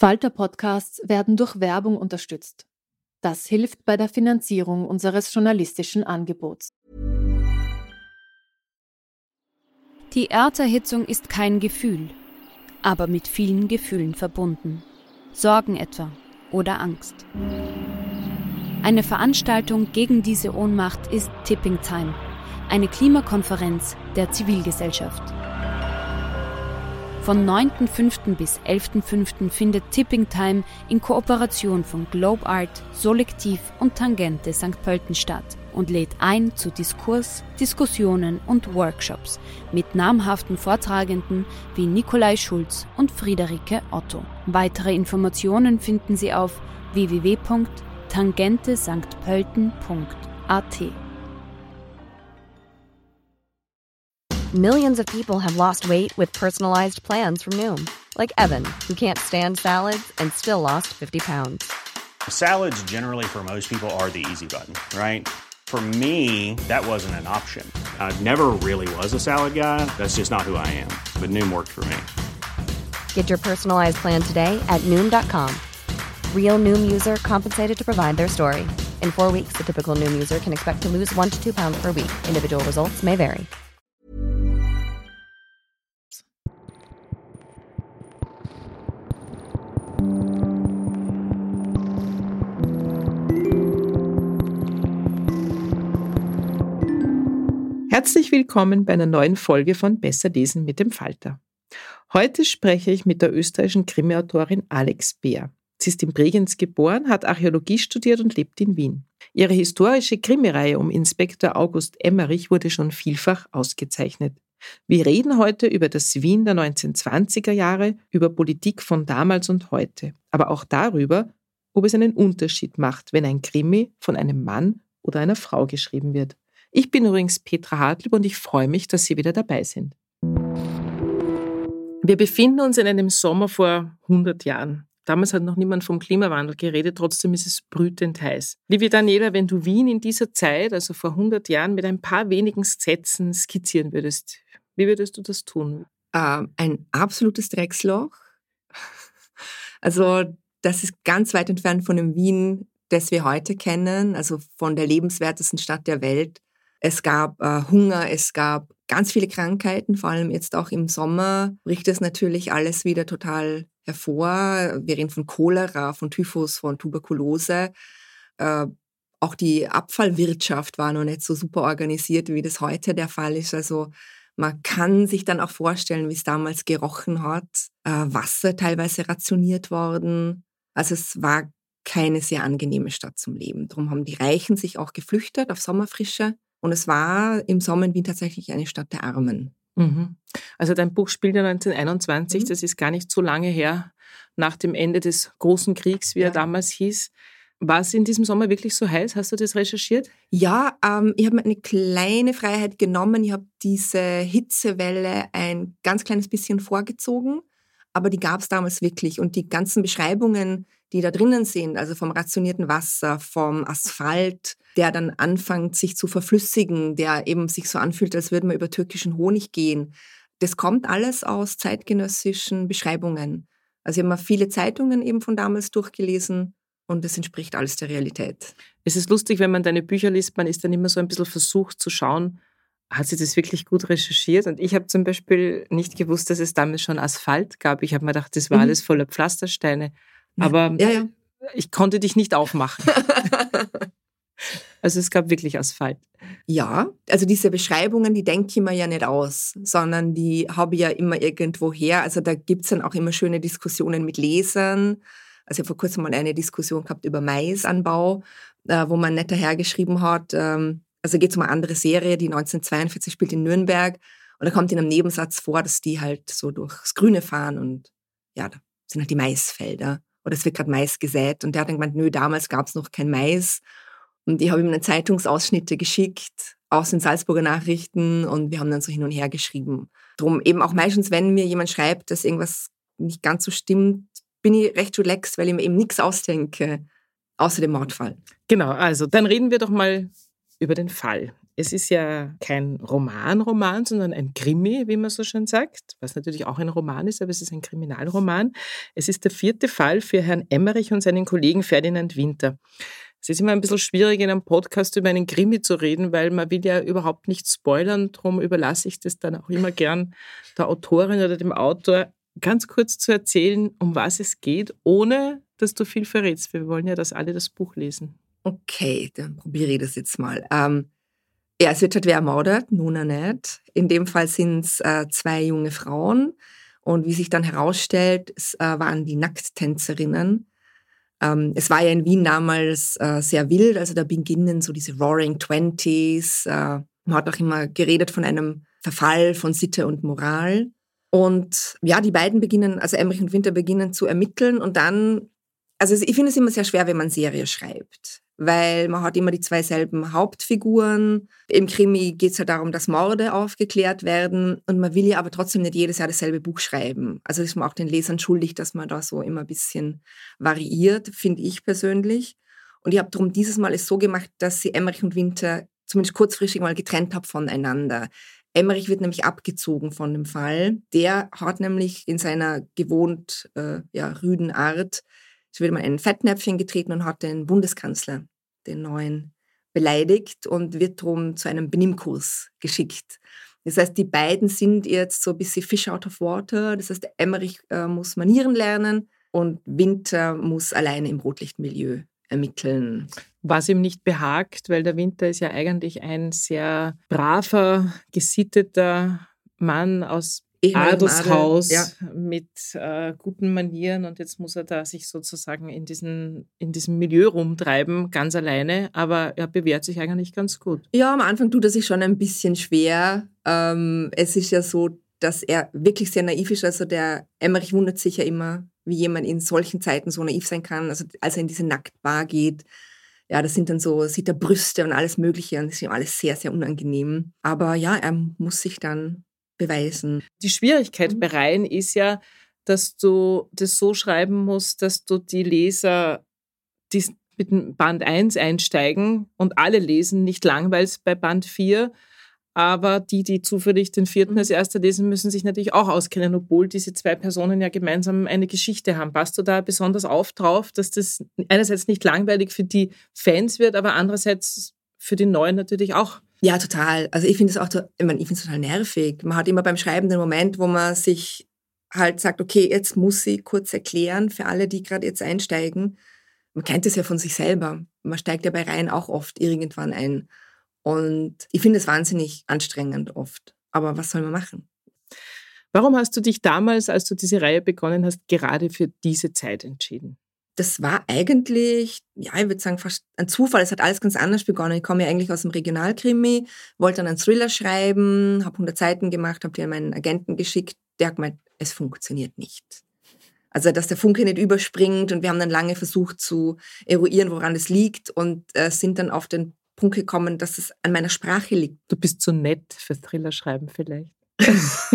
Falter-Podcasts werden durch Werbung unterstützt. Das hilft bei der Finanzierung unseres journalistischen Angebots. Die Erderhitzung ist kein Gefühl, aber mit vielen Gefühlen verbunden. Sorgen etwa oder Angst. Eine Veranstaltung gegen diese Ohnmacht ist Tipping Time, eine Klimakonferenz der Zivilgesellschaft. Von 9.5. bis 11.5. findet Tipping Time in Kooperation von Globe Art, Solektiv und Tangente St. Pölten statt und lädt ein zu Diskurs, Diskussionen und Workshops mit namhaften Vortragenden wie Nikolai Schulz und Friederike Otto. Weitere Informationen finden Sie auf www.tangentesanktpölten.at. Millions of people have lost weight with personalized plans from Noom. Like Evan, who can't stand salads and still lost 50 pounds. Salads generally for most people are the easy button, right? For me, that wasn't an option. I never really was a salad guy. That's just not who I am. But Noom worked for me. Get your personalized plan today at Noom.com. Real Noom user compensated to provide their story. In 4 weeks, the typical Noom user can expect to lose 1 to 2 pounds per week. Individual results may vary. Herzlich willkommen bei einer neuen Folge von Besser lesen mit dem Falter. Heute spreche ich mit der österreichischen Krimiautorin Alex Beer. Sie ist in Bregenz geboren, hat Archäologie studiert und lebt in Wien. Ihre historische Krimireihe um Inspektor August Emmerich wurde schon vielfach ausgezeichnet. Wir reden heute über das Wien der 1920er Jahre, über Politik von damals und heute, aber auch darüber, ob es einen Unterschied macht, wenn ein Krimi von einem Mann oder einer Frau geschrieben wird. Ich bin übrigens Petra Hartlieb und ich freue mich, dass Sie wieder dabei sind. Wir befinden uns in einem Sommer vor 100 Jahren. Damals hat noch niemand vom Klimawandel geredet, trotzdem ist es brütend heiß. Liebe Daniela, wenn du Wien in dieser Zeit, also vor 100 Jahren, mit ein paar wenigen Sätzen skizzieren würdest, wie würdest du das tun? Ein absolutes Drecksloch. Also das ist ganz weit entfernt von dem Wien, das wir heute kennen, also von der lebenswertesten Stadt der Welt. Es gab Hunger, es gab ganz viele Krankheiten, vor allem jetzt auch im Sommer bricht es natürlich alles wieder total hervor. Wir reden von Cholera, von Typhus, von Tuberkulose. Auch die Abfallwirtschaft war noch nicht so super organisiert, wie das heute der Fall ist. Also man kann sich dann auch vorstellen, wie es damals gerochen hat. Wasser teilweise rationiert worden. Also es war keine sehr angenehme Stadt zum Leben. Darum haben die Reichen sich auch geflüchtet auf Sommerfrische. Und es war im Sommer in Wien tatsächlich eine Stadt der Armen. Mhm. Also dein Buch spielt ja 1921, das ist gar nicht so lange her, nach dem Ende des Großen Kriegs, wie er damals hieß. War es in diesem Sommer wirklich so heiß? Hast du das recherchiert? Ja, ich habe mir eine kleine Freiheit genommen. Ich habe diese Hitzewelle ein ganz kleines bisschen vorgezogen, aber die gab es damals wirklich. Und die ganzen Beschreibungen, die da drinnen sind, also vom rationierten Wasser, vom Asphalt, der dann anfängt, sich zu verflüssigen, der eben sich so anfühlt, als würde man über türkischen Honig gehen. Das kommt alles aus zeitgenössischen Beschreibungen. Also ich habe mir viele Zeitungen eben von damals durchgelesen und das entspricht alles der Realität. Es ist lustig, wenn man deine Bücher liest, man ist dann immer so ein bisschen versucht zu schauen, hat sie das wirklich gut recherchiert? Und ich habe zum Beispiel nicht gewusst, dass es damals schon Asphalt gab. Ich habe mir gedacht, das war alles voller Pflastersteine. Aber ich konnte dich nicht aufmachen. Also es gab wirklich Asphalt. Ja, also diese Beschreibungen, die denke ich mir ja nicht aus, sondern die habe ich ja immer irgendwo her. Also da gibt es dann auch immer schöne Diskussionen mit Lesern. Also ich habe vor kurzem mal eine Diskussion gehabt über Maisanbau, wo man nicht dahergeschrieben hat. Also geht es um eine andere Serie, die 1942 spielt in Nürnberg. Und da kommt in einem Nebensatz vor, dass die halt so durchs Grüne fahren und ja, da sind halt die Maisfelder. Oder es wird gerade Mais gesät. Und der hat dann gemeint, nö, damals gab es noch kein Mais. Und ich habe ihm dann Zeitungsausschnitte geschickt aus den Salzburger Nachrichten und wir haben dann so hin und her geschrieben. Drum eben auch meistens, wenn mir jemand schreibt, dass irgendwas nicht ganz so stimmt, bin ich recht relaxed, weil ich mir eben nichts ausdenke, außer dem Mordfall. Genau, also dann reden wir doch mal über den Fall. Es ist ja kein Roman, sondern ein Krimi, wie man so schön sagt, was natürlich auch ein Roman ist, aber es ist ein Kriminalroman. Es ist der 4. Fall für Herrn Emmerich und seinen Kollegen Ferdinand Winter. Es ist immer ein bisschen schwierig, in einem Podcast über einen Krimi zu reden, weil man will ja überhaupt nicht spoilern. Darum überlasse ich das dann auch immer gern der Autorin oder dem Autor, ganz kurz zu erzählen, um was es geht, ohne dass du viel verrätst. Wir wollen ja, dass alle das Buch lesen. Okay, dann probiere ich das jetzt mal. Ja, es wird halt wer ermordet, Nuna nicht. In dem Fall sind es 2 junge Frauen. Und wie sich dann herausstellt, es waren die Nackttänzerinnen. Es war ja in Wien damals sehr wild, also da beginnen so diese Roaring Twenties. Man hat auch immer geredet von einem Verfall von Sitte und Moral. Und ja, die beiden beginnen, also Emmerich und Winter beginnen zu ermitteln und dann, also ich finde es immer sehr schwer, wenn man Serie schreibt, weil man hat immer die 2 selben Hauptfiguren. Im Krimi geht es halt darum, dass Morde aufgeklärt werden und man will ja aber trotzdem nicht jedes Jahr dasselbe Buch schreiben. Also ist man auch den Lesern schuldig, dass man da so immer ein bisschen variiert, finde ich persönlich. Und ich habe darum dieses Mal es so gemacht, dass sie Emmerich und Winter zumindest kurzfristig mal getrennt habe voneinander. Emmerich wird nämlich abgezogen von dem Fall. Der hat nämlich in seiner gewohnt rüden Art, es wird mal in ein Fettnäpfchen getreten und hat den Bundeskanzler, den neuen, beleidigt und wird darum zu einem Benimmkurs geschickt. Das heißt, die beiden sind jetzt so ein bisschen Fish out of water. Das heißt, Emmerich muss Manieren lernen und Winter muss alleine im Rotlichtmilieu ermitteln. Was ihm nicht behagt, weil der Winter ist ja eigentlich ein sehr braver, gesitteter Mann aus Adelshaus mit guten Manieren und jetzt muss er da sich sozusagen in diesem Milieu rumtreiben, ganz alleine, aber er bewährt sich eigentlich ganz gut. Ja, am Anfang tut er sich schon ein bisschen schwer. Es ist ja so, dass er wirklich sehr naiv ist, also der Emmerich wundert sich ja immer, wie jemand in solchen Zeiten so naiv sein kann, also als er in diese Nacktbar geht. Ja, das sind dann so, sieht er Brüste und alles Mögliche und das ist ihm alles sehr, sehr unangenehm. Aber ja, er muss sich dann beweisen. Die Schwierigkeit bei Reihen ist ja, dass du das so schreiben musst, dass du die Leser, die mit dem Band 1 einsteigen und alle lesen, nicht langweilst bei Band 4, aber die zufällig den 4. als erster lesen, müssen sich natürlich auch auskennen, obwohl diese 2 Personen ja gemeinsam eine Geschichte haben. Passt du da besonders drauf, dass das einerseits nicht langweilig für die Fans wird, aber andererseits für die Neuen natürlich auch? Ja, total. Also ich finde es auch, ich finde es total nervig. Man hat immer beim Schreiben den Moment, wo man sich halt sagt, okay, jetzt muss ich kurz erklären für alle, die gerade jetzt einsteigen. Man kennt es ja von sich selber. Man steigt ja bei Reihen auch oft irgendwann ein. Und ich finde es wahnsinnig anstrengend oft. Aber was soll man machen? Warum hast du dich damals, als du diese Reihe begonnen hast, gerade für diese Zeit entschieden? Das war eigentlich, ja, ich würde sagen, fast ein Zufall. Es hat alles ganz anders begonnen. Ich komme ja eigentlich aus dem Regionalkrimi, wollte dann einen Thriller schreiben, habe 100 Seiten gemacht, habe die an meinen Agenten geschickt. Der hat gemeint, es funktioniert nicht. Also, dass der Funke nicht überspringt und wir haben dann lange versucht zu eruieren, woran es liegt und sind dann auf den Punkt gekommen, dass es an meiner Sprache liegt. Du bist so nett fürs Thriller schreiben vielleicht. Ja,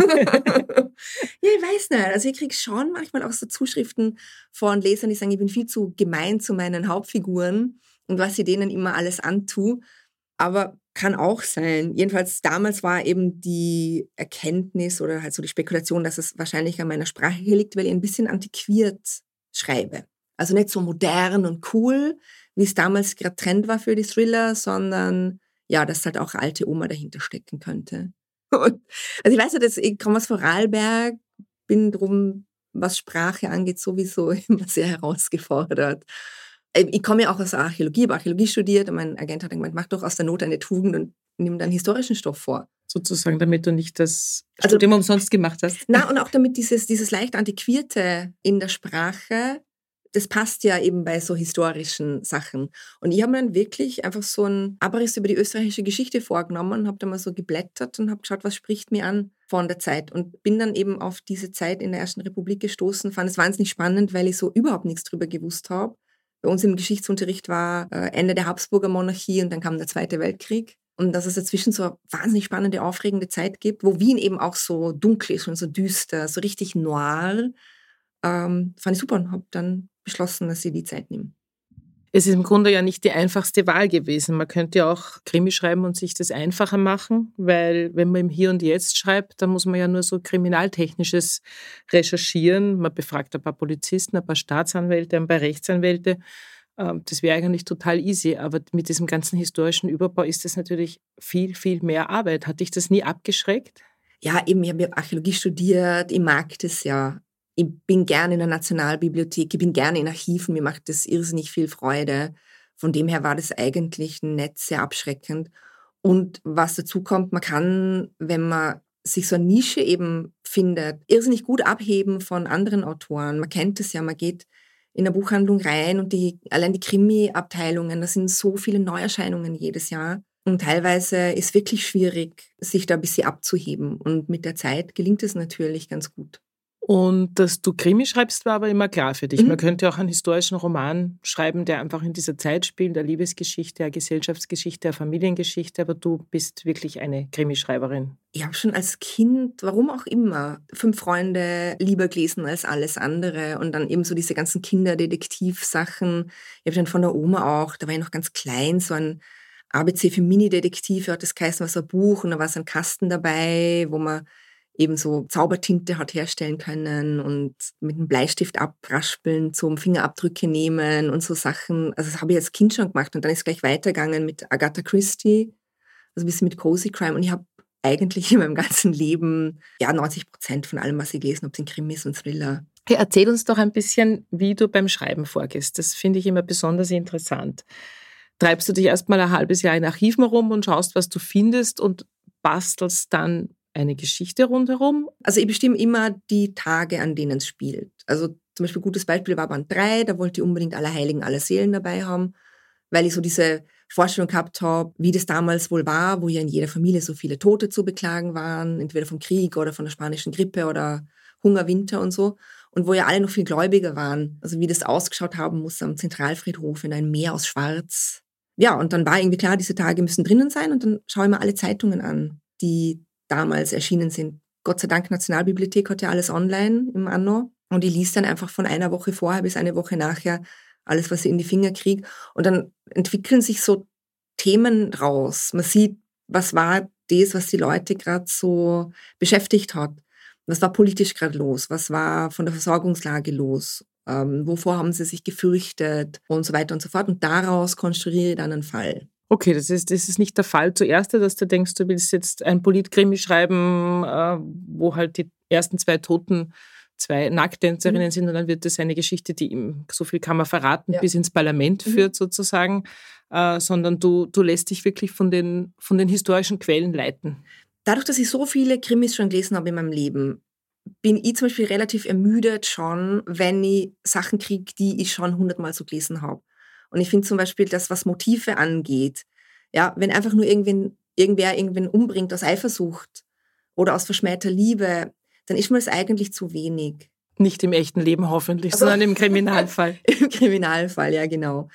ich weiß nicht. Also ich kriege schon manchmal auch so Zuschriften von Lesern, die sagen, ich bin viel zu gemein zu meinen Hauptfiguren und was ich denen immer alles antue. Aber kann auch sein. Jedenfalls damals war eben die Erkenntnis oder halt so die Spekulation, dass es wahrscheinlich an meiner Sprache liegt, weil ich ein bisschen antiquiert schreibe. Also nicht so modern und cool, wie es damals gerade Trend war für die Thriller, sondern ja, dass halt auch alte Oma dahinter stecken könnte. Und, also ich weiß ja, ich komme aus Vorarlberg, bin drum, was Sprache angeht, sowieso immer sehr herausgefordert. Ich komme ja auch aus der Archäologie, habe Archäologie studiert und mein Agent hat gemeint, mach doch aus der Not eine Tugend und nimm dann historischen Stoff vor. Sozusagen, damit du nicht das Studium umsonst gemacht hast. Na, und auch damit dieses leicht Antiquierte in der Sprache, das passt ja eben bei so historischen Sachen. Und ich habe mir dann wirklich einfach so einen Abriss über die österreichische Geschichte vorgenommen und habe da mal so geblättert und habe geschaut, was spricht mir an von der Zeit. Und bin dann eben auf diese Zeit in der Ersten Republik gestoßen, fand es wahnsinnig spannend, weil ich so überhaupt nichts drüber gewusst habe. Bei uns im Geschichtsunterricht war Ende der Habsburger Monarchie und dann kam der Zweite Weltkrieg. Und dass es dazwischen so eine wahnsinnig spannende, aufregende Zeit gibt, wo Wien eben auch so dunkel ist und so düster, so richtig noir, fand ich super und habe dann beschlossen, dass ich die Zeit nehme. Es ist im Grunde ja nicht die einfachste Wahl gewesen. Man könnte ja auch Krimi schreiben und sich das einfacher machen, weil wenn man im Hier und Jetzt schreibt, dann muss man ja nur so kriminaltechnisches recherchieren. Man befragt ein paar Polizisten, ein paar Staatsanwälte, ein paar Rechtsanwälte. Das wäre eigentlich total easy, aber mit diesem ganzen historischen Überbau ist das natürlich viel, viel mehr Arbeit. Hat dich das nie abgeschreckt? Ja, eben, ich habe Archäologie studiert, ich mag das ja. Ich bin gerne in der Nationalbibliothek, ich bin gerne in Archiven, mir macht das irrsinnig viel Freude. Von dem her war das eigentlich nicht sehr abschreckend. Und was dazu kommt, man kann, wenn man sich so eine Nische eben findet, irrsinnig gut abheben von anderen Autoren. Man kennt es ja, man geht in eine Buchhandlung rein und allein die Krimi-Abteilungen, das sind so viele Neuerscheinungen jedes Jahr. Und teilweise ist es wirklich schwierig, sich da ein bisschen abzuheben. Und mit der Zeit gelingt es natürlich ganz gut. Und dass du Krimi schreibst, war aber immer klar für dich. Man könnte auch einen historischen Roman schreiben, der einfach in dieser Zeit spielt, eine Liebesgeschichte, eine Gesellschaftsgeschichte, eine Familiengeschichte, aber du bist wirklich eine Krimischreiberin. Ich habe schon als Kind, warum auch immer, 5 Freunde lieber gelesen als alles andere und dann eben so diese ganzen Kinderdetektivsachen. Ich habe dann von der Oma auch, da war ich noch ganz klein, so ein ABC für Mini-Detektive, hat das geheißen, war so ein Buch und da war so ein Kasten dabei, wo man eben so Zaubertinte hat herstellen können und mit einem Bleistift abraspeln, zum Fingerabdrücke nehmen und so Sachen. Also das habe ich als Kind schon gemacht und dann ist es gleich weitergegangen mit Agatha Christie, also ein bisschen mit Cozy Crime und ich habe eigentlich in meinem ganzen Leben 90% von allem, was ich gelesen habe, sind Krimis und Thriller. Hey, erzähl uns doch ein bisschen, wie du beim Schreiben vorgehst. Das finde ich immer besonders interessant. Treibst du dich erstmal ein halbes Jahr in Archiven rum und schaust, was du findest und bastelst dann eine Geschichte rundherum? Also ich bestimme immer die Tage, an denen es spielt. Also zum Beispiel ein gutes Beispiel war Band 3, da wollte ich unbedingt Allerheiligen, Allerseelen dabei haben, weil ich so diese Vorstellung gehabt habe, wie das damals wohl war, wo ja in jeder Familie so viele Tote zu beklagen waren, entweder vom Krieg oder von der spanischen Grippe oder Hunger, Winter und so. Und wo ja alle noch viel gläubiger waren. Also wie das ausgeschaut haben muss am Zentralfriedhof in einem Meer aus Schwarz. Ja, und dann war irgendwie klar, diese Tage müssen drinnen sein und dann schaue ich mir alle Zeitungen an, die damals erschienen sind. Gott sei Dank, Nationalbibliothek hat ja alles online im Anno. Und ich liest dann einfach von einer Woche vorher bis eine Woche nachher alles, was ich in die Finger kriege. Und dann entwickeln sich so Themen raus. Man sieht, was war das, was die Leute gerade so beschäftigt hat. Was war politisch gerade los? Was war von der Versorgungslage los? Wovor haben sie sich gefürchtet? Und so weiter und so fort. Und daraus konstruiere ich dann einen Fall. Okay, das ist nicht der Fall zuerst, dass du denkst, du willst jetzt ein Politkrimi schreiben, wo halt die ersten 2 Toten 2 Nacktänzerinnen sind und dann wird das eine Geschichte, die ihm, so viel kann man verraten, bis ins Parlament führt sozusagen, sondern du lässt dich wirklich von den historischen Quellen leiten. Dadurch, dass ich so viele Krimis schon gelesen habe in meinem Leben, bin ich zum Beispiel relativ ermüdet schon, wenn ich Sachen kriege, die ich schon 100-mal so gelesen habe. Und ich finde zum Beispiel, dass was Motive angeht, ja, wenn einfach nur irgendwer irgendwen umbringt aus Eifersucht oder aus verschmähter Liebe, dann ist mir das eigentlich zu wenig. Nicht im echten Leben hoffentlich, sondern im Kriminalfall. Im Kriminalfall, ja genau.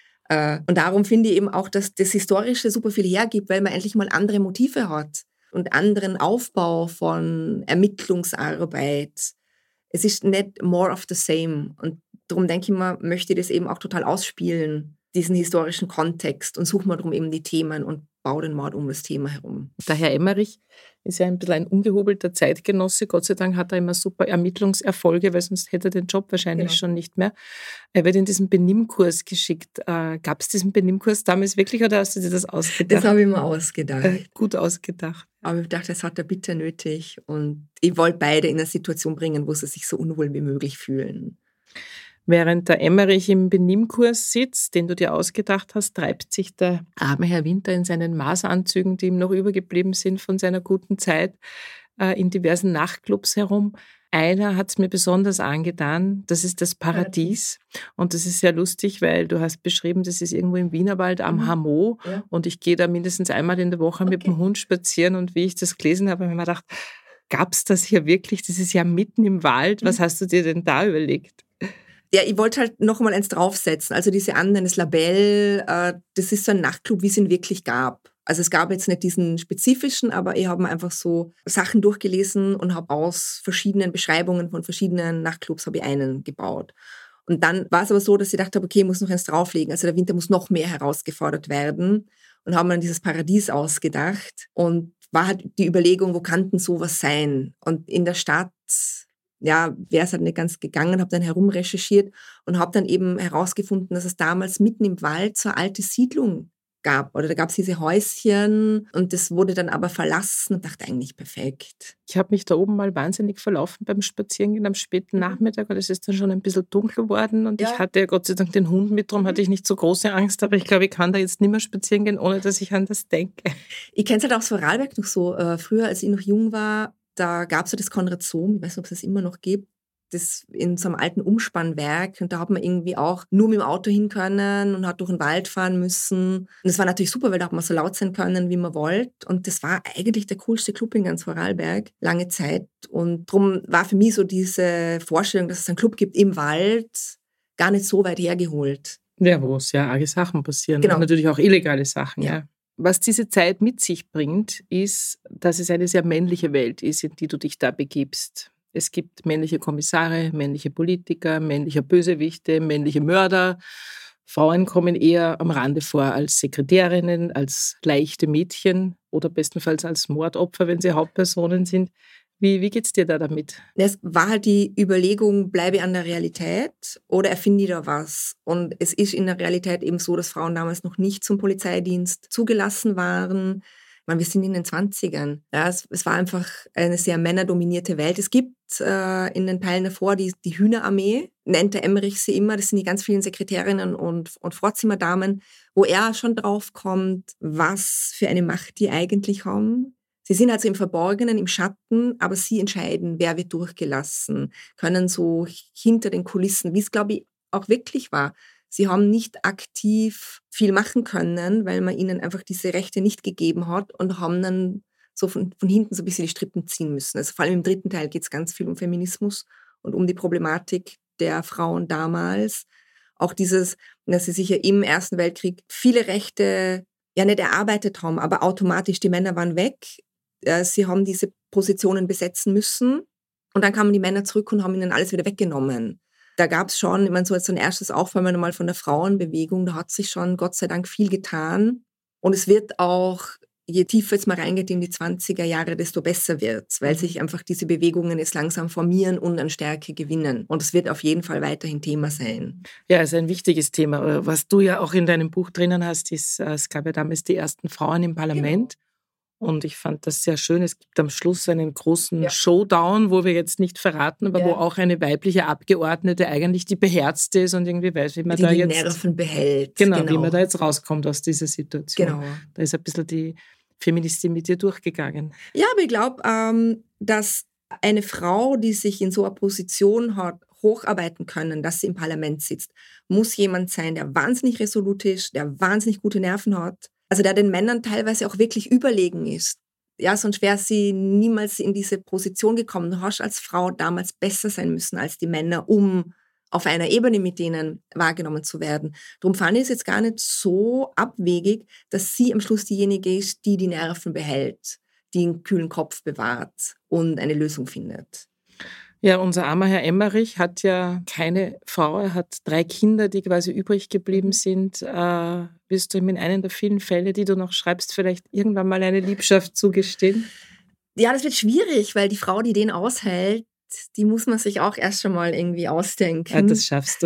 Und darum finde ich eben auch, dass das Historische super viel hergibt, weil man endlich mal andere Motive hat und anderen Aufbau von Ermittlungsarbeit. Es ist nicht more of the same. Und darum denke ich mal, möchte ich das eben auch total ausspielen, diesen historischen Kontext und suche mal drum eben die Themen und baue den Mord um das Thema herum. Der Herr Emmerich ist ja ein bisschen ein ungehobelter Zeitgenosse. Gott sei Dank hat er immer super Ermittlungserfolge, weil sonst hätte er den Job wahrscheinlich schon nicht mehr. Er wird in diesen Benimmkurs geschickt. Gab es diesen Benimmkurs damals wirklich oder hast du dir das ausgedacht? Das habe ich mir ausgedacht. Gut ausgedacht. Aber ich dachte, das hat er bitter nötig. Und ich wollte beide in eine Situation bringen, wo sie sich so unwohl wie möglich fühlen. Während der Emmerich im Benimmkurs sitzt, den du dir ausgedacht hast, treibt sich der arme Herr Winter in seinen Maßanzügen, die ihm noch übergeblieben sind von seiner guten Zeit, in diversen Nachtclubs herum. Einer hat es mir besonders angetan, das ist das Paradies. Und das ist sehr lustig, weil du hast beschrieben, das ist irgendwo im Wienerwald am Hameau. Ja. Und ich gehe da mindestens einmal in der Woche mit dem Hund spazieren. Und wie ich das gelesen habe, habe ich mir gedacht, gab es das hier wirklich? Das ist ja mitten im Wald. Was hast du dir denn da überlegt? Ja, ich wollte halt noch mal eins draufsetzen. Also diese anderen, das Labell, das ist so ein Nachtclub, wie es ihn wirklich gab. Also es gab jetzt nicht diesen spezifischen, aber ich habe mir einfach so Sachen durchgelesen und habe aus verschiedenen Beschreibungen von verschiedenen Nachtclubs habe ich einen gebaut. Und dann war es aber so, dass ich dachte, okay, ich muss noch eins drauflegen. Also der Winter muss noch mehr herausgefordert werden. Und haben dann dieses Paradies ausgedacht. Und war halt die Überlegung, wo kann denn sowas sein? Und in der Stadt, ja, wäre es halt nicht ganz gegangen, habe dann herumrecherchiert und habe dann eben herausgefunden, dass es damals mitten im Wald so eine alte Siedlung gab. Oder da gab es diese Häuschen und das wurde dann aber verlassen und dachte eigentlich perfekt. Ich habe mich da oben mal wahnsinnig verlaufen beim Spazierengehen am späten Nachmittag und es ist dann schon ein bisschen dunkel geworden und ich hatte ja Gott sei Dank den Hund mit, darum hatte ich nicht so große Angst, aber ich glaube, ich kann da jetzt nicht mehr spazieren gehen, ohne dass ich an das denke. Ich kenne es halt auch aus Vorarlberg noch so. Früher, als ich noch jung war, da gab es so das Konrad-Sohm, ich weiß nicht, ob es das immer noch gibt, das in so einem alten Umspannwerk und da hat man irgendwie auch nur mit dem Auto hin können und hat durch den Wald fahren müssen. Und das war natürlich super, weil da hat man so laut sein können, wie man wollte. Und das war eigentlich der coolste Club in ganz Vorarlberg, lange Zeit. Und darum war für mich so diese Vorstellung, dass es einen Club gibt im Wald, gar nicht so weit hergeholt. Ja, wo es ja arge Sachen passieren. Genau. Und natürlich auch illegale Sachen, Ja. ja. Was diese Zeit mit sich bringt, ist, dass es eine sehr männliche Welt ist, in die du dich da begibst. Es gibt männliche Kommissare, männliche Politiker, männliche Bösewichte, männliche Mörder. Frauen kommen eher am Rande vor als Sekretärinnen, als leichte Mädchen oder bestenfalls als Mordopfer, wenn sie Hauptpersonen sind. Wie geht's dir da damit? Es war halt die Überlegung, bleibe ich an der Realität oder erfinde ich da was? Und es ist in der Realität eben so, dass Frauen damals noch nicht zum Polizeidienst zugelassen waren. Ich meine, wir sind in den 20ern. Ja, es war einfach eine sehr männerdominierte Welt. Es gibt in den Teilen davor die Hühnerarmee, nennt der Emmerich sie immer. Das sind die ganz vielen Sekretärinnen und Vorzimmerdamen, wo er schon drauf kommt, was für eine Macht die eigentlich haben. Sie sind also im Verborgenen, im Schatten, aber sie entscheiden, wer wird durchgelassen, können so hinter den Kulissen, wie es, glaube ich, auch wirklich war. Sie haben nicht aktiv viel machen können, weil man ihnen einfach diese Rechte nicht gegeben hat und haben dann so von hinten so ein bisschen die Strippen ziehen müssen. Also vor allem im dritten Teil geht es ganz viel um Feminismus und um die Problematik der Frauen damals. Auch dieses, dass sie sich ja im Ersten Weltkrieg viele Rechte ja nicht erarbeitet haben, aber automatisch die Männer waren weg. Sie haben diese Positionen besetzen müssen und dann kamen die Männer zurück und haben ihnen alles wieder weggenommen. Da gab es schon, ich meine, so als ein erstes Aufwärmen mal von der Frauenbewegung, da hat sich schon Gott sei Dank viel getan. Und es wird auch, je tiefer jetzt mal reingeht in die 20er Jahre, desto besser wird, weil sich einfach diese Bewegungen jetzt langsam formieren und an Stärke gewinnen. Und es wird auf jeden Fall weiterhin Thema sein. Ja, es ist ein wichtiges Thema. Was du ja auch in deinem Buch drinnen hast, ist, es gab ja damals die ersten Frauen im Parlament. Genau. Und ich fand das sehr schön. Es gibt am Schluss einen großen Showdown, wo wir jetzt nicht verraten, aber wo auch eine weibliche Abgeordnete eigentlich die beherzte ist und irgendwie weiß, wie man die da die jetzt Nerven behält. Genau, wie man da jetzt rauskommt aus dieser Situation. Genau. Da ist ein bisschen die Feministin mit dir durchgegangen. Ja, aber ich glaube, dass eine Frau, die sich in so einer Position hat, hocharbeiten können, dass sie im Parlament sitzt, muss jemand sein, der wahnsinnig resolut ist, der wahnsinnig gute Nerven hat. Also der den Männern teilweise auch wirklich überlegen ist. Ja, sonst wäre sie niemals in diese Position gekommen. Du hast als Frau damals besser sein müssen als die Männer, um auf einer Ebene mit denen wahrgenommen zu werden. Darum fand ich es jetzt gar nicht so abwegig, dass sie am Schluss diejenige ist, die die Nerven behält, die einen kühlen Kopf bewahrt und eine Lösung findet. Ja, unser armer Herr Emmerich hat ja keine Frau, er hat 3 Kinder, die quasi übrig geblieben sind. Wirst du ihm in einem der vielen Fälle, die du noch schreibst, vielleicht irgendwann mal eine Liebschaft zugestehen? Ja, das wird schwierig, weil die Frau, die den aushält, die muss man sich auch erst schon mal irgendwie ausdenken. Ja, das schaffst du.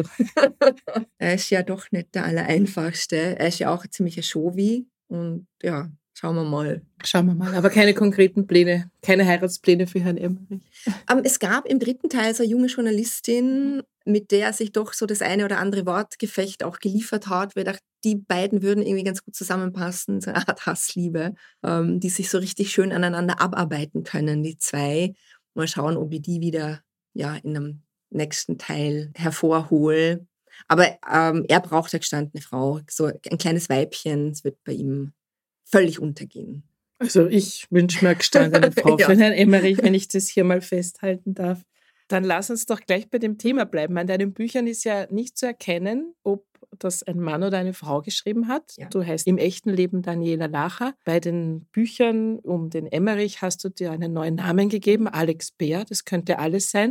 Er ist ja doch nicht der Allereinfachste. Er ist ja auch ziemlich ein Chauvi und ja, schauen wir mal. Schauen wir mal, aber keine konkreten Pläne, keine Heiratspläne für Herrn Emmerich. Es gab im dritten Teil so eine junge Journalistin, mit der sich doch so das eine oder andere Wortgefecht auch geliefert hat. Wir dachten, die beiden würden irgendwie ganz gut zusammenpassen, so eine Art Hassliebe, die sich so richtig schön aneinander abarbeiten können, die zwei. Mal schauen, ob ich die wieder in einem nächsten Teil hervorhole. Aber er braucht eine gestandene Frau, so ein kleines Weibchen, es wird bei ihm völlig untergehen. Also ich wünsche mir eine gestandene Frau für Herrn Emmerich, wenn ich das hier mal festhalten darf. Dann lass uns doch gleich bei dem Thema bleiben. An deinen Büchern ist ja nicht zu erkennen, ob das ein Mann oder eine Frau geschrieben hat. Ja. Du heißt im echten Leben Daniela Lacher. Bei den Büchern um den Emmerich hast du dir einen neuen Namen gegeben, Alex Beer. Das könnte alles sein.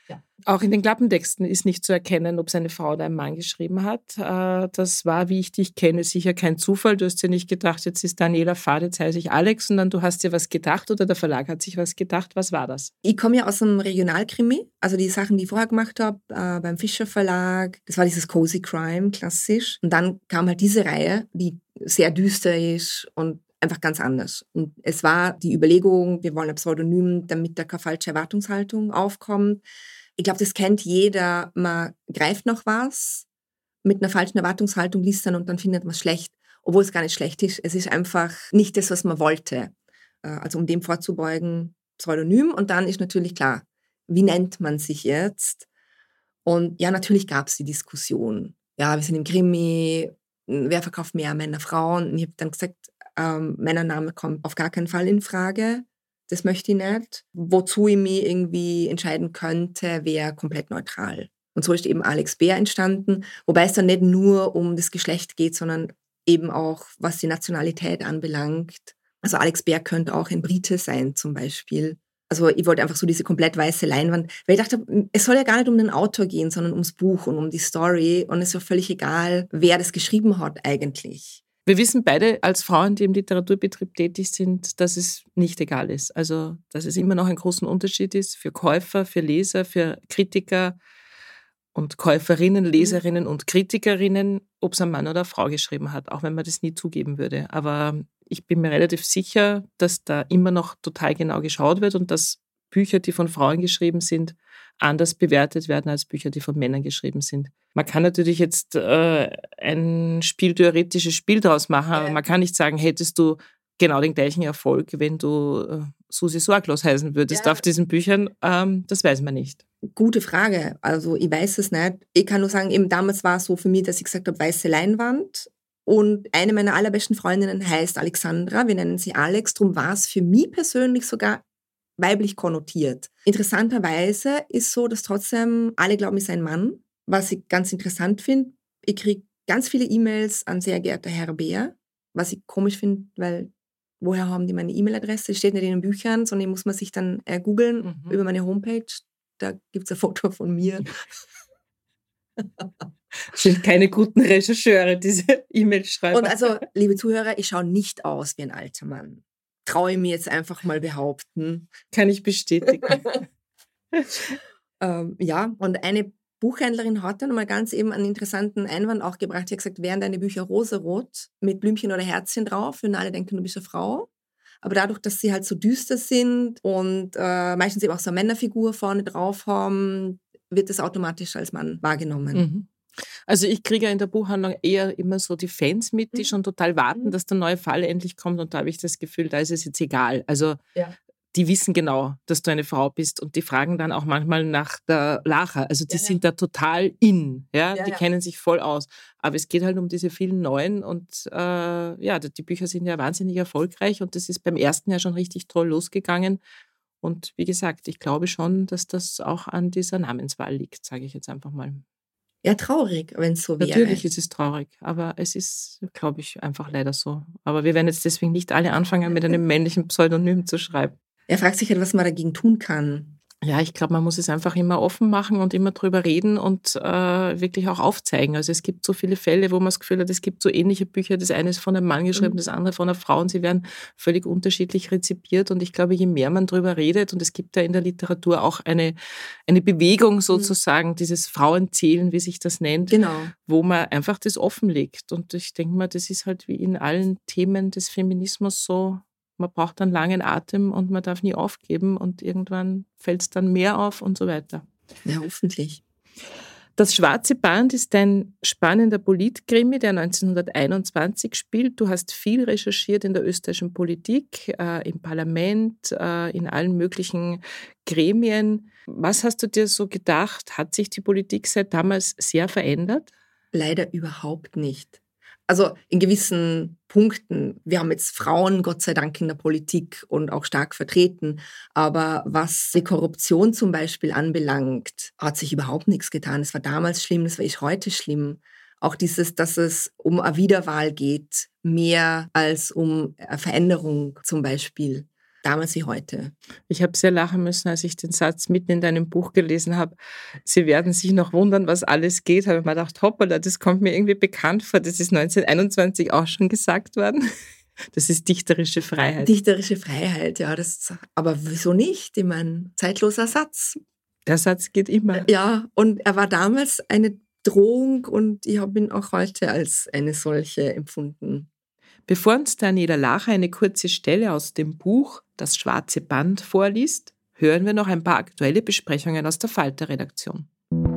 Auch in den Klappentexten ist nicht zu erkennen, ob es eine Frau oder ein Mann geschrieben hat. Das war, wie ich dich kenne, sicher kein Zufall. Du hast dir nicht gedacht, jetzt ist Daniela Fahd, jetzt heiße ich Alex, sondern du hast dir was gedacht oder der Verlag hat sich was gedacht. Was war das? Ich komme ja aus dem Regionalkrimi, also die Sachen, die ich vorher gemacht habe, beim Fischer Verlag. Das war dieses Cozy Crime, klassisch. Und dann kam halt diese Reihe, die sehr düster ist und einfach ganz anders. Und es war die Überlegung, wir wollen ein Pseudonym, damit da keine falsche Erwartungshaltung aufkommt. Ich glaube, das kennt jeder. Man greift nach was mit einer falschen Erwartungshaltung, liest dann und dann findet man es schlecht, obwohl es gar nicht schlecht ist. Es ist einfach nicht das, was man wollte. Also um dem vorzubeugen, Pseudonym. Und dann ist natürlich klar, wie nennt man sich jetzt? Und ja, natürlich gab es die Diskussion. Ja, wir sind im Krimi, wer verkauft mehr, Männer, Frauen? Und ich habe dann gesagt, Männername kommt auf gar keinen Fall in Frage. Das möchte ich nicht. Wozu ich mich irgendwie entscheiden könnte, wäre komplett neutral. Und so ist eben Alex Bär entstanden, wobei es dann nicht nur um das Geschlecht geht, sondern eben auch, was die Nationalität anbelangt. Also Alex Bär könnte auch ein Brite sein zum Beispiel. Also ich wollte einfach so diese komplett weiße Leinwand, weil ich dachte, es soll ja gar nicht um den Autor gehen, sondern ums Buch und um die Story. Und es ist ja völlig egal, wer das geschrieben hat eigentlich. Wir wissen beide als Frauen, die im Literaturbetrieb tätig sind, dass es nicht egal ist. Also, dass es immer noch einen großen Unterschied ist für Käufer, für Leser, für Kritiker und Käuferinnen, Leserinnen und Kritikerinnen, ob es ein Mann oder eine Frau geschrieben hat, auch wenn man das nie zugeben würde. Aber ich bin mir relativ sicher, dass da immer noch total genau geschaut wird und dass Bücher, die von Frauen geschrieben sind, anders bewertet werden als Bücher, die von Männern geschrieben sind. Man kann natürlich jetzt ein spieltheoretisches Spiel draus machen, aber man kann nicht sagen, hättest du genau den gleichen Erfolg, wenn du Susi Sorglos heißen würdest auf diesen Büchern. Das weiß man nicht. Gute Frage. Also ich weiß es nicht. Ich kann nur sagen, eben damals war es so für mich, dass ich gesagt habe, weiße Leinwand. Und eine meiner allerbesten Freundinnen heißt Alexandra. Wir nennen sie Alex. Darum war es für mich persönlich sogar weiblich konnotiert. Interessanterweise ist so, dass trotzdem alle glauben, ich sei ein Mann. Was ich ganz interessant finde, ich kriege ganz viele E-Mails an sehr geehrter Herr Bär, was ich komisch finde, weil woher haben die meine E-Mail-Adresse? Das steht nicht in den Büchern, sondern die muss man sich dann googeln über meine Homepage. Da gibt es ein Foto von mir. Sind keine guten Rechercheure, diese E-Mail-Schreiber. Und also, liebe Zuhörer, ich schaue nicht aus wie ein alter Mann. Traue ich mir jetzt einfach mal behaupten. Kann ich bestätigen. Ja, und eine Buchhändlerin hat dann mal ganz eben einen interessanten Einwand auch gebracht. Sie hat gesagt, wären deine Bücher rosarot mit Blümchen oder Herzchen drauf, würden alle denken, du bist eine Frau. Aber dadurch, dass sie halt so düster sind und meistens eben auch so eine Männerfigur vorne drauf haben, wird es automatisch als Mann wahrgenommen. Mhm. Also ich kriege ja in der Buchhandlung eher immer so die Fans mit, die schon total warten, dass der neue Fall endlich kommt und da habe ich das Gefühl, da ist es jetzt egal. Also die wissen genau, dass du eine Frau bist und die fragen dann auch manchmal nach der Lacher. Also die sind da total in, die kennen sich voll aus. Aber es geht halt um diese vielen Neuen und die Bücher sind ja wahnsinnig erfolgreich und das ist beim ersten ja schon richtig toll losgegangen. Und wie gesagt, ich glaube schon, dass das auch an dieser Namenswahl liegt, sage ich jetzt einfach mal. Ja, traurig, wenn es so wäre. Natürlich ist es traurig, aber es ist, glaube ich, einfach leider so. Aber wir werden jetzt deswegen nicht alle anfangen, mit einem männlichen Pseudonym zu schreiben. Er fragt sich halt, was man dagegen tun kann. Ja, ich glaube, man muss es einfach immer offen machen und immer drüber reden und wirklich auch aufzeigen. Also es gibt so viele Fälle, wo man das Gefühl hat, es gibt so ähnliche Bücher. Das eine ist von einem Mann geschrieben, das andere von einer Frau und sie werden völlig unterschiedlich rezipiert. Und ich glaube, je mehr man drüber redet, und es gibt ja in der Literatur auch eine Bewegung sozusagen, dieses Frauenzählen, wie sich das nennt, wo man einfach das offenlegt. Und ich denke mal, das ist halt wie in allen Themen des Feminismus so. Man braucht einen langen Atem und man darf nie aufgeben und irgendwann fällt es dann mehr auf und so weiter. Ja, hoffentlich. Das Schwarze Band ist ein spannender Politkrimi, der 1921 spielt. Du hast viel recherchiert in der österreichischen Politik, im Parlament, in allen möglichen Gremien. Was hast du dir so gedacht? Hat sich die Politik seit damals sehr verändert? Leider überhaupt nicht. Also in gewissen Punkten, wir haben jetzt Frauen, Gott sei Dank, in der Politik und auch stark vertreten, aber was die Korruption zum Beispiel anbelangt, hat sich überhaupt nichts getan. Es war damals schlimm, das war heute schlimm. Auch dieses, dass es um eine Wiederwahl geht, mehr als um eine Veränderung zum Beispiel. damals wie heute. Ich habe sehr lachen müssen, als ich den Satz mitten in deinem Buch gelesen habe. Sie werden sich noch wundern, was alles geht. Habe ich mir gedacht, hoppala, das kommt mir irgendwie bekannt vor. Das ist 1921 auch schon gesagt worden. Das ist dichterische Freiheit. Dichterische Freiheit, ja. Aber wieso nicht? Ich meine, zeitloser Satz. Der Satz geht immer. Ja, und er war damals eine Drohung und ich habe ihn auch heute als eine solche empfunden. Bevor uns Daniela Lacher eine kurze Stelle aus dem Buch Das schwarze Band vorliest, hören wir noch ein paar aktuelle Besprechungen aus der Falter-Redaktion.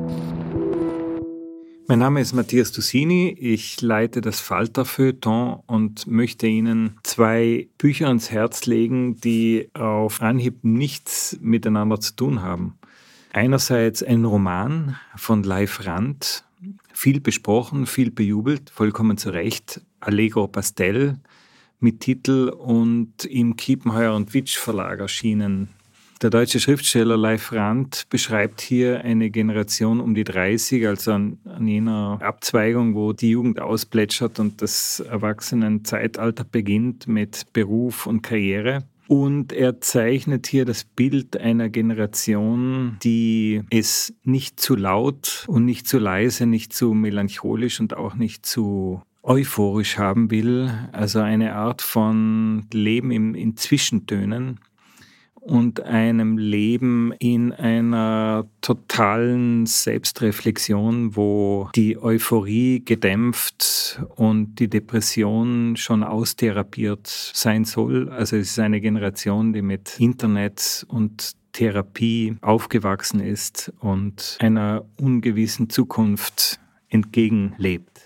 Mein Name ist Matthias Tusini, ich leite das Falter-Feuilleton und möchte Ihnen 2 Bücher ans Herz legen, die auf Anhieb nichts miteinander zu tun haben. Einerseits ein Roman von Leif Rand, viel besprochen, viel bejubelt, vollkommen zu Recht, Allegro Pastel mit Titel und im Kiepenheuer und Witsch Verlag erschienen. Der deutsche Schriftsteller Leif Rand beschreibt hier eine Generation um die 30, also an jener Abzweigung, wo die Jugend ausplätschert und das Erwachsenenzeitalter beginnt mit Beruf und Karriere. Und er zeichnet hier das Bild einer Generation, die es nicht zu laut und nicht zu leise, nicht zu melancholisch und auch nicht zu euphorisch haben will. Also eine Art von Leben in Zwischentönen und einem Leben in einer totalen Selbstreflexion, wo die Euphorie gedämpft und die Depression schon austherapiert sein soll. Also es ist eine Generation, die mit Internet und Therapie aufgewachsen ist und einer ungewissen Zukunft entgegenlebt.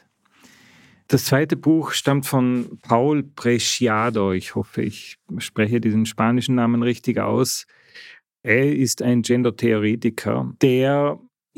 Das zweite Buch stammt von Paul Preciado. Ich hoffe, ich spreche diesen spanischen Namen richtig aus. Er ist ein Gender-Theoretiker, der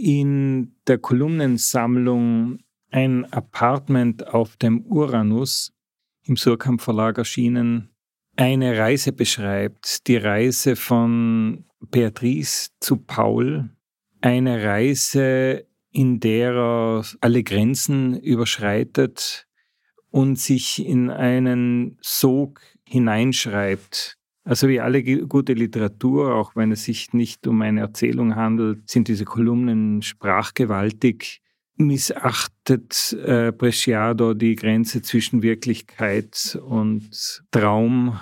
in der Kolumnensammlung Ein Apartment auf dem Uranus im Surkamp Verlag erschienen, eine Reise beschreibt. Die Reise von Beatrice zu Paul. Eine Reise, in der er alle Grenzen überschreitet und sich in einen Sog hineinschreibt. Also wie alle gute Literatur, auch wenn es sich nicht um eine Erzählung handelt, sind diese Kolumnen sprachgewaltig. Missachtet Preciado die Grenze zwischen Wirklichkeit und Traum.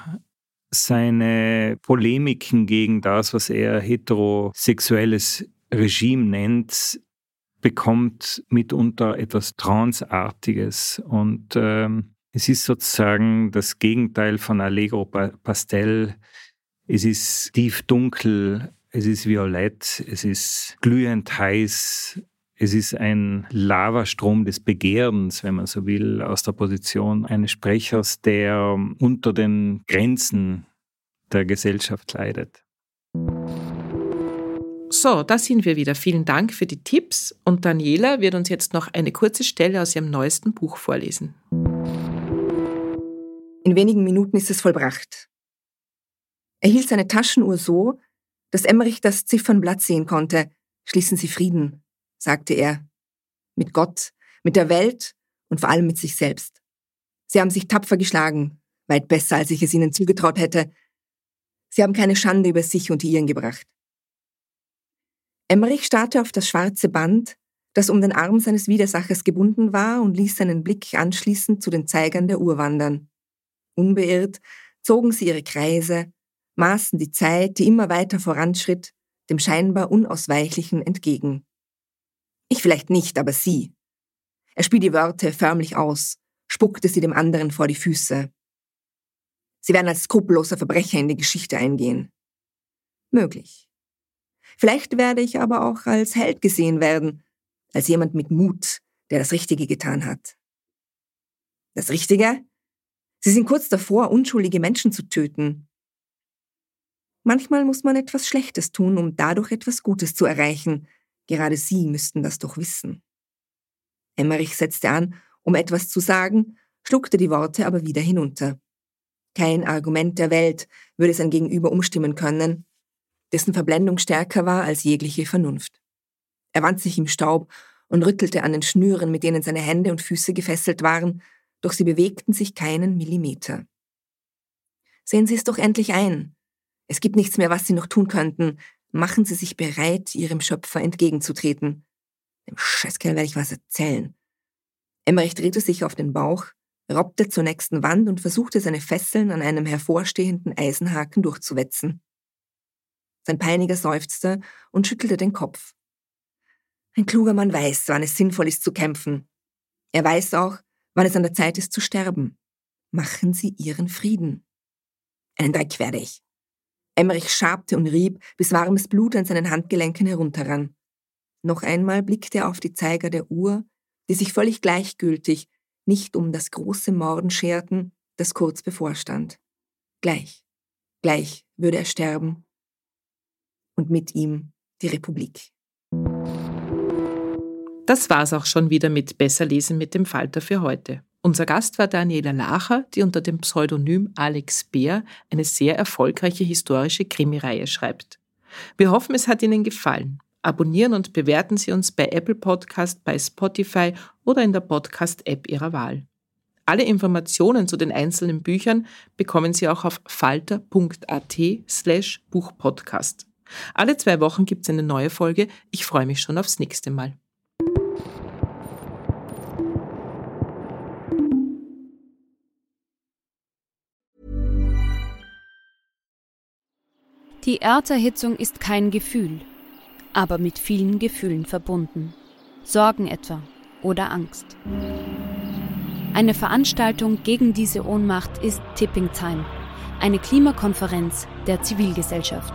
Seine Polemiken gegen das, was er heterosexuelles Regime nennt, bekommt mitunter etwas Tranceartiges und es ist sozusagen das Gegenteil von Allegro Pastel. Es ist tief dunkel, es ist violett, es ist glühend heiß, es ist ein Lavastrom des Begehrens, wenn man so will, aus der Position eines Sprechers, der unter den Grenzen der Gesellschaft leidet. So, da sind wir wieder. Vielen Dank für die Tipps und Daniela wird uns jetzt noch eine kurze Stelle aus ihrem neuesten Buch vorlesen. In wenigen Minuten ist es vollbracht. Er hielt seine Taschenuhr so, dass Emmerich das Ziffernblatt sehen konnte. Schließen Sie Frieden, sagte er. Mit Gott, mit der Welt und vor allem mit sich selbst. Sie haben sich tapfer geschlagen, weit besser, als ich es Ihnen zugetraut hätte. Sie haben keine Schande über sich und die Ihren gebracht. Emmerich starrte auf das schwarze Band, das um den Arm seines Widersachers gebunden war und ließ seinen Blick anschließend zu den Zeigern der Uhr wandern. Unbeirrt zogen sie ihre Kreise, maßen die Zeit, die immer weiter voranschritt, dem scheinbar Unausweichlichen entgegen. Ich vielleicht nicht, aber sie. Er spie die Wörter förmlich aus, spuckte sie dem anderen vor die Füße. Sie werden als skrupelloser Verbrecher in die Geschichte eingehen. Möglich. Vielleicht werde ich aber auch als Held gesehen werden, als jemand mit Mut, der das Richtige getan hat. Das Richtige? Sie sind kurz davor, unschuldige Menschen zu töten. Manchmal muss man etwas Schlechtes tun, um dadurch etwas Gutes zu erreichen. Gerade Sie müssten das doch wissen. Emmerich setzte an, um etwas zu sagen, schluckte die Worte aber wieder hinunter. Kein Argument der Welt würde sein Gegenüber umstimmen können, dessen Verblendung stärker war als jegliche Vernunft. Er wand sich im Staub und rüttelte an den Schnüren, mit denen seine Hände und Füße gefesselt waren, doch sie bewegten sich keinen Millimeter. Sehen Sie es doch endlich ein. Es gibt nichts mehr, was Sie noch tun könnten. Machen Sie sich bereit, Ihrem Schöpfer entgegenzutreten. Dem Scheißkerl werde ich was erzählen. Emmerich drehte sich auf den Bauch, robbte zur nächsten Wand und versuchte, seine Fesseln an einem hervorstehenden Eisenhaken durchzuwetzen. Sein Peiniger seufzte und schüttelte den Kopf. Ein kluger Mann weiß, wann es sinnvoll ist zu kämpfen. Er weiß auch, wann es an der Zeit ist zu sterben. Machen Sie Ihren Frieden. Einen Dreck werde ich. Emmerich schabte und rieb, bis warmes Blut an seinen Handgelenken herunterrann. Noch einmal blickte er auf die Zeiger der Uhr, die sich völlig gleichgültig nicht um das große Morden scherten, das kurz bevorstand. Gleich würde er sterben. Und mit ihm die Republik. Das war's auch schon wieder mit Besser lesen mit dem Falter für heute. Unser Gast war Daniela Lacher, die unter dem Pseudonym Alex Beer eine sehr erfolgreiche historische Krimireihe schreibt. Wir hoffen, es hat Ihnen gefallen. Abonnieren und bewerten Sie uns bei Apple Podcast, bei Spotify oder in der Podcast-App Ihrer Wahl. Alle Informationen zu den einzelnen Büchern bekommen Sie auch auf falter.at/Buchpodcast. Alle 2 Wochen gibt es eine neue Folge. Ich freue mich schon aufs nächste Mal. Die Erderhitzung ist kein Gefühl, aber mit vielen Gefühlen verbunden. Sorgen etwa oder Angst. Eine Veranstaltung gegen diese Ohnmacht ist Tipping Time, eine Klimakonferenz der Zivilgesellschaft.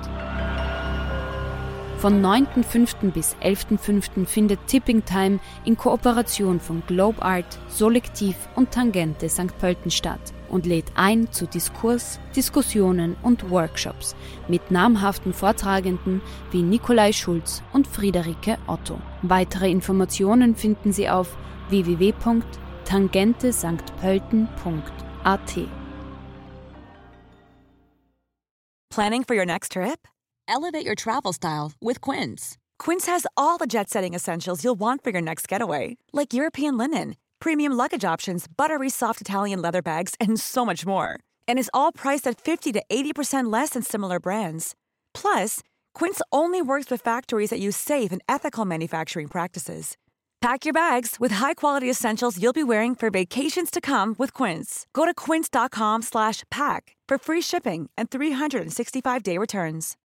Von 9.5. bis 11.5. findet Tipping Time in Kooperation von Globe Art, Solektiv und Tangente St. Pölten statt und lädt ein zu Diskurs, Diskussionen und Workshops mit namhaften Vortragenden wie Nikolai Schulz und Friederike Otto. Weitere Informationen finden Sie auf www.tangentesanktpölten.at. Planning for your next trip? Elevate your travel style with Quince. Quince has all the jet-setting essentials you'll want for your next getaway, like European linen, premium luggage options, buttery soft Italian leather bags, and so much more. And is all priced at 50 to 80% less than similar brands. Plus, Quince only works with factories that use safe and ethical manufacturing practices. Pack your bags with high-quality essentials you'll be wearing for vacations to come with Quince. Go to quince.com/pack for free shipping and 365-day returns.